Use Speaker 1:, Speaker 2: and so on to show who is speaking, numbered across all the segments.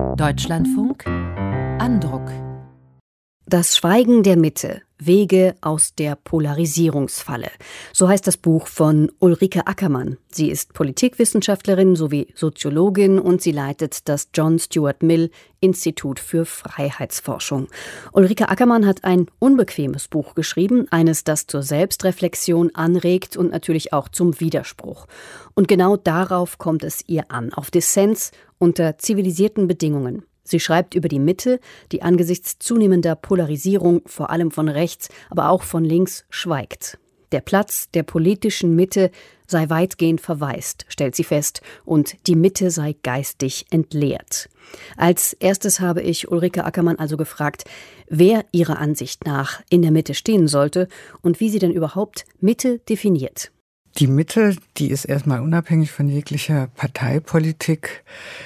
Speaker 1: Deutschlandfunk Andruck.
Speaker 2: Das Schweigen der Mitte. Wege aus der Polarisierungsfalle. So heißt das Buch von Ulrike Ackermann. Sie ist Politikwissenschaftlerin sowie Soziologin und sie leitet das John Stuart Mill Institut für Freiheitsforschung. Ulrike Ackermann hat ein unbequemes Buch geschrieben, eines, das zur Selbstreflexion anregt und natürlich auch zum Widerspruch. Und genau darauf kommt es ihr an, auf Dissens unter zivilisierten Bedingungen. Sie schreibt über die Mitte, die angesichts zunehmender Polarisierung, vor allem von rechts, aber auch von links, schweigt. Der Platz der politischen Mitte sei weitgehend verwaist, stellt sie fest, und die Mitte sei geistig entleert. Als erstes habe ich Ulrike Ackermann also gefragt, wer ihrer Ansicht nach in der Mitte stehen sollte und wie sie denn überhaupt Mitte definiert.
Speaker 3: Die Mitte, die ist erstmal unabhängig von jeglicher Parteipolitik,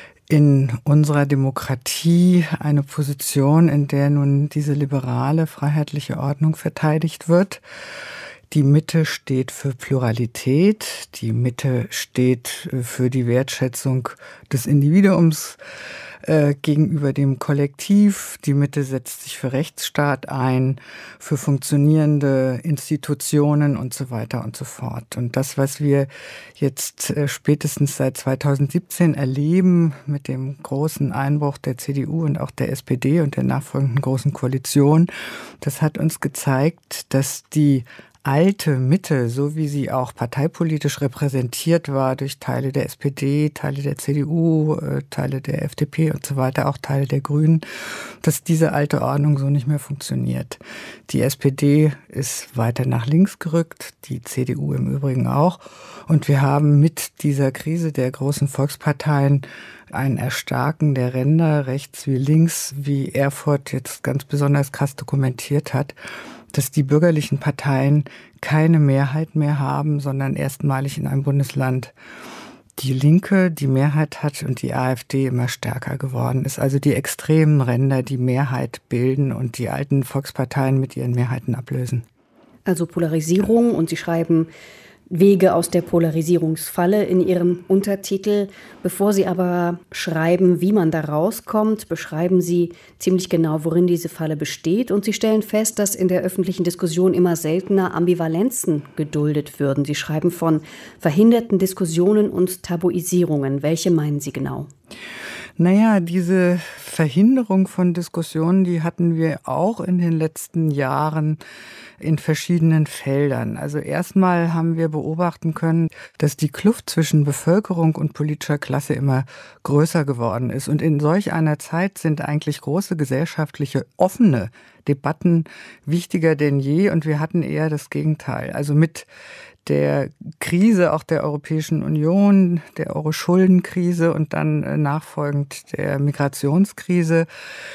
Speaker 3: in unserer Demokratie eine Position, in der nun diese liberale, freiheitliche Ordnung verteidigt wird. Die Mitte steht für Pluralität, die Mitte steht für die Wertschätzung des Individuums gegenüber dem Kollektiv. Die Mitte setzt sich für Rechtsstaat ein, für funktionierende Institutionen und so weiter und so fort. Und das, was wir jetzt spätestens seit 2017 erleben mit dem großen Einbruch der CDU und auch der SPD und der nachfolgenden großen Koalition, das hat uns gezeigt, dass die alte Mitte, so wie sie auch parteipolitisch repräsentiert war durch Teile der SPD, Teile der CDU, Teile der FDP und so weiter, auch Teile der Grünen, dass diese alte Ordnung so nicht mehr funktioniert. Die SPD ist weiter nach links gerückt, die CDU im Übrigen auch. Und wir haben mit dieser Krise der großen Volksparteien ein Erstarken der Ränder, rechts wie links, wie Erfurt jetzt ganz besonders krass dokumentiert hat, dass die bürgerlichen Parteien keine Mehrheit mehr haben, sondern erstmalig in einem Bundesland die Linke die Mehrheit hat und die AfD immer stärker geworden ist. Also die extremen Ränder die Mehrheit bilden und die alten Volksparteien mit ihren Mehrheiten ablösen.
Speaker 2: Also Polarisierung, und Sie schreiben Wege aus der Polarisierungsfalle in Ihrem Untertitel. Bevor Sie aber schreiben, wie man da rauskommt, beschreiben Sie ziemlich genau, worin diese Falle besteht. Und Sie stellen fest, dass in der öffentlichen Diskussion immer seltener Ambivalenzen geduldet würden. Sie schreiben von verhinderten Diskussionen und Tabuisierungen. Welche meinen Sie genau?
Speaker 3: Naja, diese Verhinderung von Diskussionen, die hatten wir auch in den letzten Jahren in verschiedenen Feldern. Also erstmal haben wir beobachten können, dass die Kluft zwischen Bevölkerung und politischer Klasse immer größer geworden ist. Und in solch einer Zeit sind eigentlich große gesellschaftliche offene Debatten wichtiger denn je. Und wir hatten eher das Gegenteil. Also mit der Krise auch der Europäischen Union, der Euro-Schuldenkrise und dann nachfolgend der Migrationskrise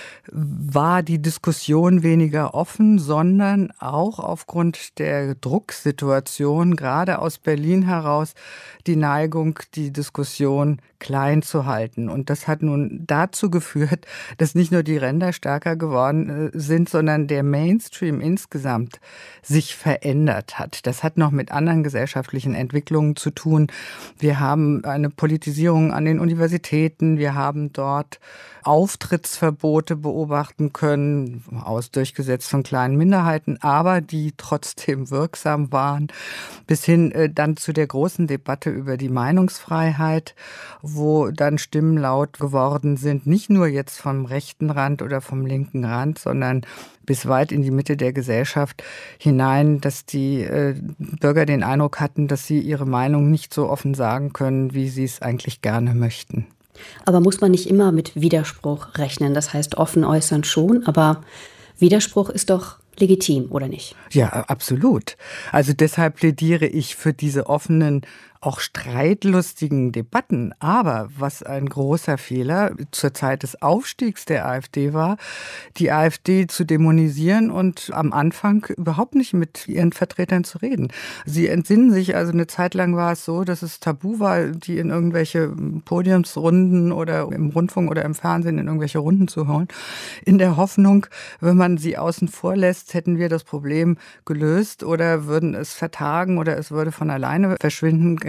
Speaker 3: war die Diskussion weniger offen, sondern auch aufgrund der Drucksituation, gerade aus Berlin heraus, die Neigung, die Diskussion klein zu halten. Und das hat nun dazu geführt, dass nicht nur die Ränder stärker geworden sind, sondern der Mainstream insgesamt sich verändert hat. Das hat noch mit anderen gesellschaftlichen Entwicklungen zu tun. Wir haben eine Politisierung an den Universitäten, wir haben dort Auftrittsverbote beobachten können, durchgesetzt von kleinen Minderheiten, aber die trotzdem wirksam waren, bis hin dann zu der großen Debatte über die Meinungsfreiheit, wo dann Stimmen laut geworden sind, nicht nur jetzt vom rechten Rand oder vom linken Rand, sondern bis weit in die Mitte der Gesellschaft hinein, dass die Bürger den Eindruck hatten, dass sie ihre Meinung nicht so offen sagen können, wie sie es eigentlich gerne möchten.
Speaker 2: Aber muss man nicht immer mit Widerspruch rechnen? Das heißt, offen äußern schon, aber Widerspruch ist doch legitim, oder nicht?
Speaker 3: Ja, absolut. Also deshalb plädiere ich für diese offenen, auch streitlustigen Debatten. Aber was ein großer Fehler zur Zeit des Aufstiegs der AfD war, die AfD zu dämonisieren und am Anfang überhaupt nicht mit ihren Vertretern zu reden. Sie entsinnen sich, also eine Zeit lang war es so, dass es tabu war, die in irgendwelche Podiumsrunden oder im Rundfunk oder im Fernsehen in irgendwelche Runden zu holen. In der Hoffnung, wenn man sie außen vor lässt, hätten wir das Problem gelöst oder würden es vertagen oder es würde von alleine verschwinden.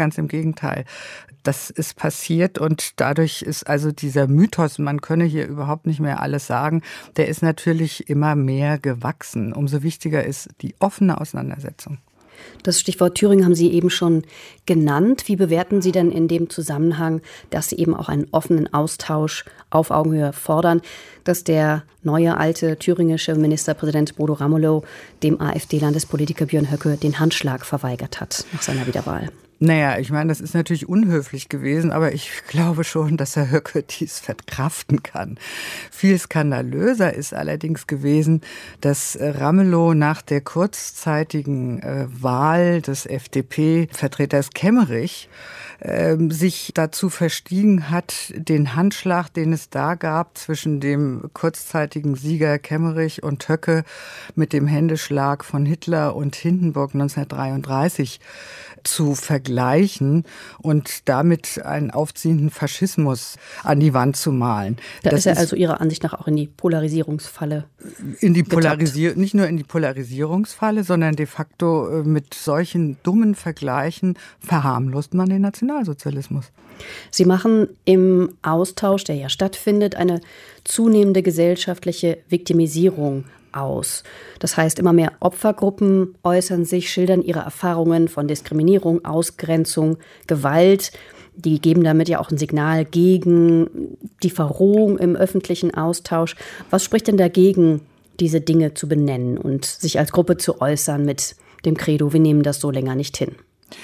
Speaker 3: ganz im Gegenteil. Das ist passiert und dadurch ist also dieser Mythos, man könne hier überhaupt nicht mehr alles sagen, der ist natürlich immer mehr gewachsen. Umso wichtiger ist die offene Auseinandersetzung.
Speaker 2: Das Stichwort Thüringen haben Sie eben schon genannt. Wie bewerten Sie denn in dem Zusammenhang, dass Sie eben auch einen offenen Austausch auf Augenhöhe fordern, dass der neue alte thüringische Ministerpräsident Bodo Ramelow dem AfD-Landespolitiker Björn Höcke den Handschlag verweigert hat nach seiner Wiederwahl?
Speaker 3: Naja, ich meine, das ist natürlich unhöflich gewesen, aber ich glaube schon, dass Herr Höcke dies verkraften kann. Viel skandalöser ist allerdings gewesen, dass Ramelow nach der kurzzeitigen Wahl des FDP-Vertreters Kemmerich sich dazu verstiegen hat, den Handschlag, den es da gab zwischen dem kurzzeitigen Sieger Kemmerich und Höcke mit dem Händeschlag von Hitler und Hindenburg 1933 zu vergleichen und damit einen aufziehenden Faschismus an die Wand zu malen.
Speaker 2: Da ist er also Ihrer Ansicht nach auch in die Polarisierungsfalle
Speaker 3: nicht nur in die Polarisierungsfalle, sondern de facto mit solchen dummen Vergleichen verharmlost man den Nationalsozialismus.
Speaker 2: Sie machen im Austausch, der ja stattfindet, eine zunehmende gesellschaftliche Viktimisierung aus. Das heißt, immer mehr Opfergruppen äußern sich, schildern ihre Erfahrungen von Diskriminierung, Ausgrenzung, Gewalt. Die geben damit ja auch ein Signal gegen die Verrohung im öffentlichen Austausch. Was spricht denn dagegen, diese Dinge zu benennen und sich als Gruppe zu äußern mit dem Credo, wir nehmen das so länger nicht hin?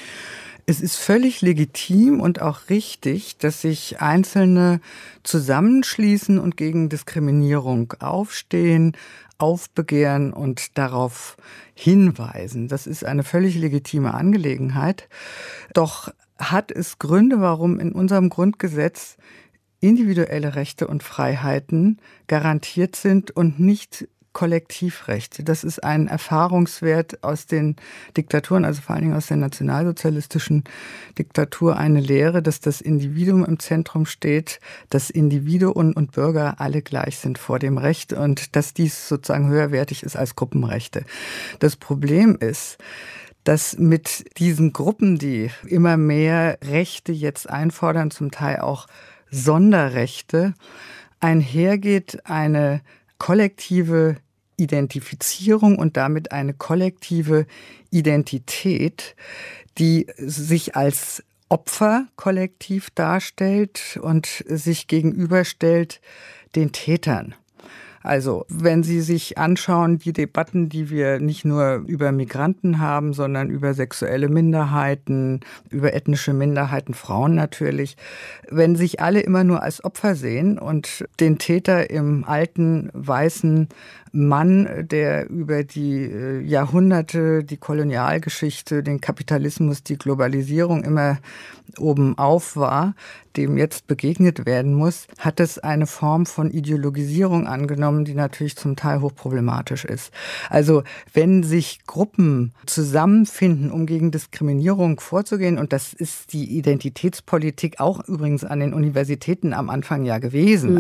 Speaker 3: Es ist völlig legitim und auch richtig, dass sich Einzelne zusammenschließen und gegen Diskriminierung aufstehen, aufbegehren und darauf hinweisen. Das ist eine völlig legitime Angelegenheit. Doch hat es Gründe, warum in unserem Grundgesetz individuelle Rechte und Freiheiten garantiert sind und nicht Kollektivrechte. Das ist ein Erfahrungswert aus den Diktaturen, also vor allen Dingen aus der nationalsozialistischen Diktatur, eine Lehre, dass das Individuum im Zentrum steht, dass Individuen und Bürger alle gleich sind vor dem Recht und dass dies sozusagen höherwertig ist als Gruppenrechte. Das Problem ist, dass mit diesen Gruppen, die immer mehr Rechte jetzt einfordern, zum Teil auch Sonderrechte, einhergeht eine kollektive Identifizierung und damit eine kollektive Identität, die sich als Opferkollektiv darstellt und sich gegenüberstellt den Tätern. Also, wenn Sie sich anschauen, die Debatten, die wir nicht nur über Migranten haben, sondern über sexuelle Minderheiten, über ethnische Minderheiten, Frauen natürlich, wenn sich alle immer nur als Opfer sehen und den Täter im alten, weißen Mann, der über die Jahrhunderte, die Kolonialgeschichte, den Kapitalismus, die Globalisierung immer oben auf war, dem jetzt begegnet werden muss, hat es eine Form von Ideologisierung angenommen, die natürlich zum Teil hochproblematisch ist. Also wenn sich Gruppen zusammenfinden, um gegen Diskriminierung vorzugehen, und das ist die Identitätspolitik auch übrigens an den Universitäten am Anfang ja gewesen,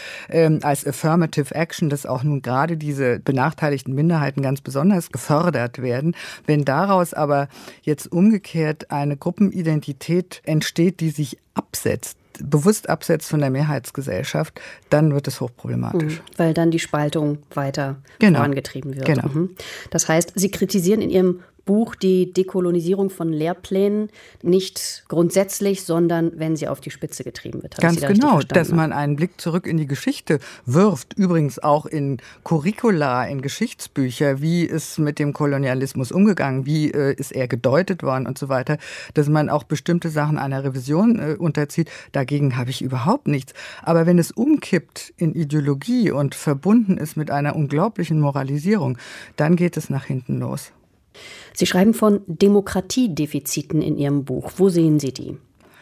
Speaker 3: als Affirmative Action, dass auch nun gerade diese benachteiligten Minderheiten ganz besonders gefördert werden. Wenn daraus aber jetzt umgekehrt eine Gruppenidentität entsteht, die sich bewusst absetzt von der Mehrheitsgesellschaft, dann wird es hochproblematisch.
Speaker 2: Weil dann die Spaltung weiter vorangetrieben wird.
Speaker 3: Genau.
Speaker 2: Das heißt, Sie kritisieren in Ihrem Buch die Dekolonisierung von Lehrplänen nicht grundsätzlich, sondern wenn sie auf die Spitze getrieben wird.
Speaker 3: Ganz genau, dass man einen Blick zurück in die Geschichte wirft, übrigens auch in Curricula, in Geschichtsbücher, wie ist mit dem Kolonialismus umgegangen, wie ist er gedeutet worden und so weiter, dass man auch bestimmte Sachen einer Revision unterzieht, dagegen habe ich überhaupt nichts. Aber wenn es umkippt in Ideologie und verbunden ist mit einer unglaublichen Moralisierung, dann geht es nach hinten los.
Speaker 2: Sie schreiben von Demokratiedefiziten in Ihrem Buch. Wo sehen Sie die?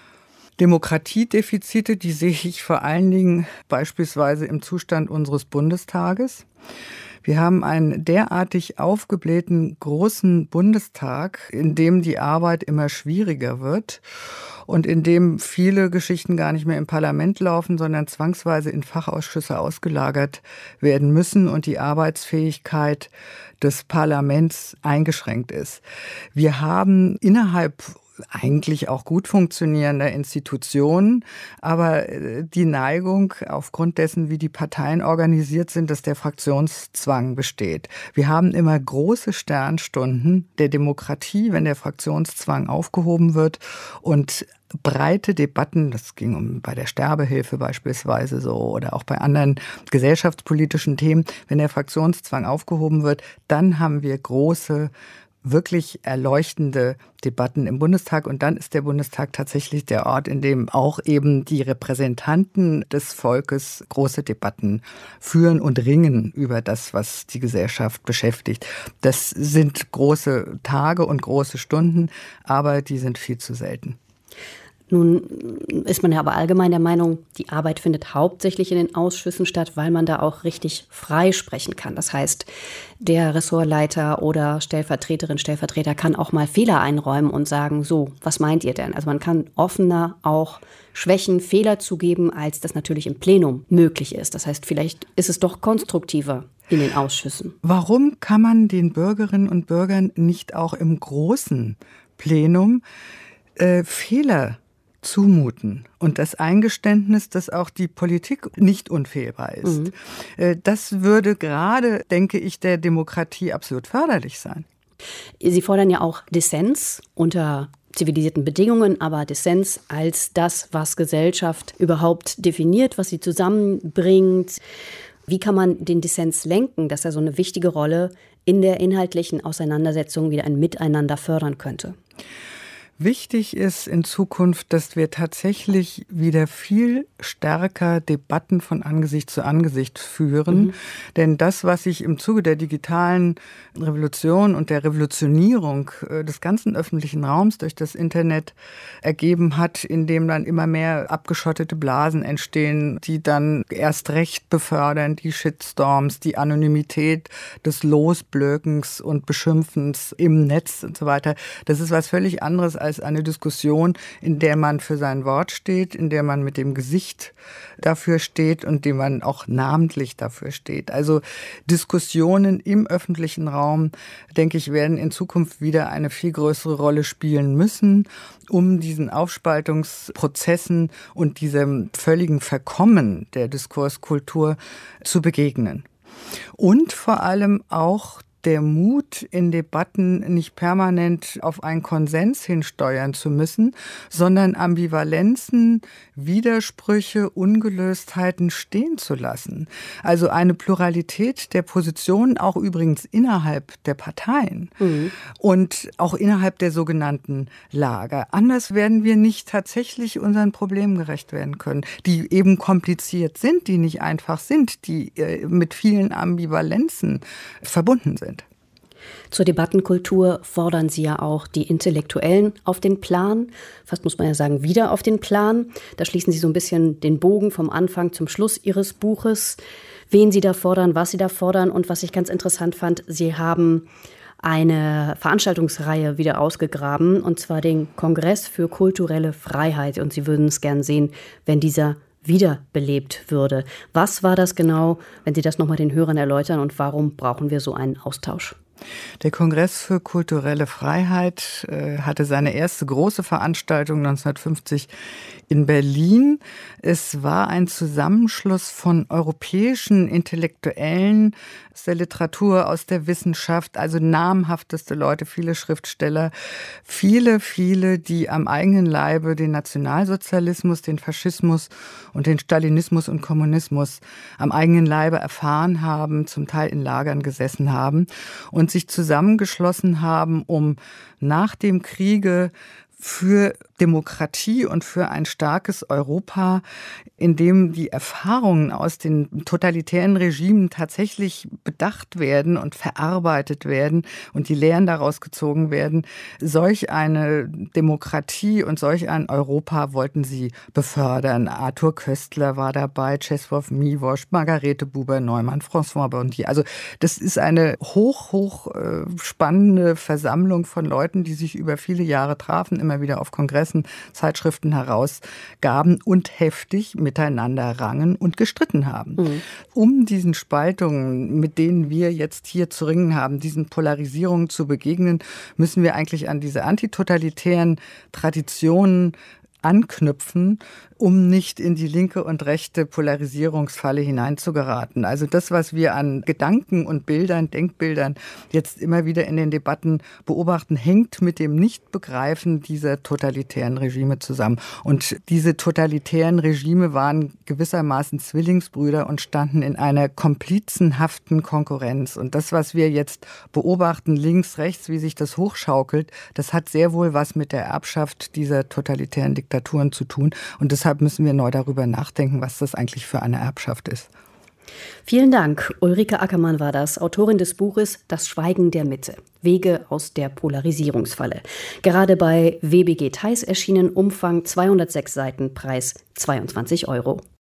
Speaker 3: Demokratiedefizite, die sehe ich vor allen Dingen beispielsweise im Zustand unseres Bundestages. Wir haben einen derartig aufgeblähten großen Bundestag, in dem die Arbeit immer schwieriger wird und in dem viele Geschichten gar nicht mehr im Parlament laufen, sondern zwangsweise in Fachausschüsse ausgelagert werden müssen und die Arbeitsfähigkeit des Parlaments eingeschränkt ist. Wir haben innerhalb eigentlich auch gut funktionierender Institutionen, aber die Neigung aufgrund dessen, wie die Parteien organisiert sind, dass der Fraktionszwang besteht. Wir haben immer große Sternstunden der Demokratie, wenn der Fraktionszwang aufgehoben wird und breite Debatten, das ging bei der Sterbehilfe beispielsweise so oder auch bei anderen gesellschaftspolitischen Themen, wenn der Fraktionszwang aufgehoben wird, dann haben wir große, wirklich erleuchtende Debatten im Bundestag. Und dann ist der Bundestag tatsächlich der Ort, in dem auch eben die Repräsentanten des Volkes große Debatten führen und ringen über das, was die Gesellschaft beschäftigt. Das sind große Tage und große Stunden, aber die sind viel zu selten.
Speaker 2: Nun ist man ja aber allgemein der Meinung, die Arbeit findet hauptsächlich in den Ausschüssen statt, weil man da auch richtig frei sprechen kann. Das heißt, der Ressortleiter oder Stellvertreterin, Stellvertreter kann auch mal Fehler einräumen und sagen, so, was meint ihr denn? Also man kann offener auch Schwächen, Fehler zugeben, als das natürlich im Plenum möglich ist. Das heißt, vielleicht ist es doch konstruktiver in den Ausschüssen.
Speaker 3: Warum kann man den Bürgerinnen und Bürgern nicht auch im großen Plenum Fehler zumuten und das Eingeständnis, dass auch die Politik nicht unfehlbar ist? Das würde gerade, denke ich, der Demokratie absolut förderlich sein.
Speaker 2: Sie fordern ja auch Dissens unter zivilisierten Bedingungen, aber Dissens als das, was Gesellschaft überhaupt definiert, was sie zusammenbringt. Wie kann man den Dissens lenken, dass er so eine wichtige Rolle in der inhaltlichen Auseinandersetzung wieder ein Miteinander fördern könnte?
Speaker 3: Wichtig ist in Zukunft, dass wir tatsächlich wieder viel stärker Debatten von Angesicht zu Angesicht führen. Denn das, was sich im Zuge der digitalen Revolution und der Revolutionierung des ganzen öffentlichen Raums durch das Internet ergeben hat, in dem dann immer mehr abgeschottete Blasen entstehen, die dann erst recht befördern, die Shitstorms, die Anonymität des Losblökens und Beschimpfens im Netz und so weiter. Das ist was völlig anderes als eine Diskussion, in der man für sein Wort steht, in der man mit dem Gesicht dafür steht und dem man auch namentlich dafür steht. Also Diskussionen im öffentlichen Raum, denke ich, werden in Zukunft wieder eine viel größere Rolle spielen müssen, um diesen Aufspaltungsprozessen und diesem völligen Verkommen der Diskurskultur zu begegnen. Und vor allem auch der Mut, in Debatten nicht permanent auf einen Konsens hinsteuern zu müssen, sondern Ambivalenzen, Widersprüche, Ungelöstheiten stehen zu lassen. Also eine Pluralität der Positionen, auch übrigens innerhalb der Parteien und auch innerhalb der sogenannten Lager. Anders werden wir nicht tatsächlich unseren Problemen gerecht werden können, die eben kompliziert sind, die nicht einfach sind, die mit vielen Ambivalenzen verbunden sind.
Speaker 2: Zur Debattenkultur fordern Sie ja auch die Intellektuellen auf den Plan. Fast muss man ja sagen, wieder auf den Plan. Da schließen Sie so ein bisschen den Bogen vom Anfang zum Schluss Ihres Buches. Wen Sie da fordern, was Sie da fordern. Und was ich ganz interessant fand, Sie haben eine Veranstaltungsreihe wieder ausgegraben, und zwar den Kongress für kulturelle Freiheit. Und Sie würden es gern sehen, wenn dieser wiederbelebt würde. Was war das genau, wenn Sie das nochmal den Hörern erläutern, und warum brauchen wir so einen Austausch?
Speaker 3: Der Kongress für kulturelle Freiheit hatte seine erste große Veranstaltung 1950 in Berlin. Es war ein Zusammenschluss von europäischen Intellektuellen aus der Literatur, aus der Wissenschaft, also namhafteste Leute, viele Schriftsteller, viele, die am eigenen Leibe den Nationalsozialismus, den Faschismus und den Stalinismus und Kommunismus am eigenen Leibe erfahren haben, zum Teil in Lagern gesessen haben und sich zusammengeschlossen haben, um nach dem Kriege für Demokratie und für ein starkes Europa, in dem die Erfahrungen aus den totalitären Regimen tatsächlich bedacht werden und verarbeitet werden und die Lehren daraus gezogen werden. Solch eine Demokratie und solch ein Europa wollten sie befördern. Arthur Köstler war dabei, Czesław Miłosz, Margarete Buber-Neumann, François Bondy. Also das ist eine hoch spannende Versammlung von Leuten, die sich über viele Jahre trafen, immer wieder auf Kongressen Klassenzeitschriften herausgaben und heftig miteinander rangen und gestritten haben. Um diesen Spaltungen, mit denen wir jetzt hier zu ringen haben, diesen Polarisierungen zu begegnen, müssen wir eigentlich an diese antitotalitären Traditionen anknüpfen, um nicht in die linke und rechte Polarisierungsfalle hineinzugeraten. Also das, was wir an Gedanken und Bildern, Denkbildern jetzt immer wieder in den Debatten beobachten, hängt mit dem Nichtbegreifen dieser totalitären Regime zusammen. Und diese totalitären Regime waren gewissermaßen Zwillingsbrüder und standen in einer komplizenhaften Konkurrenz. Und das, was wir jetzt beobachten, links, rechts, wie sich das hochschaukelt, das hat sehr wohl was mit der Erbschaft dieser totalitären Diktaturen zu tun. Und deshalb müssen wir neu darüber nachdenken, was das eigentlich für eine Erbschaft ist.
Speaker 2: Vielen Dank. Ulrike Ackermann war das, Autorin des Buches Das Schweigen der Mitte. Wege aus der Polarisierungsfalle. Gerade bei WBG Theis erschienen, Umfang 206 Seiten, Preis 22 €.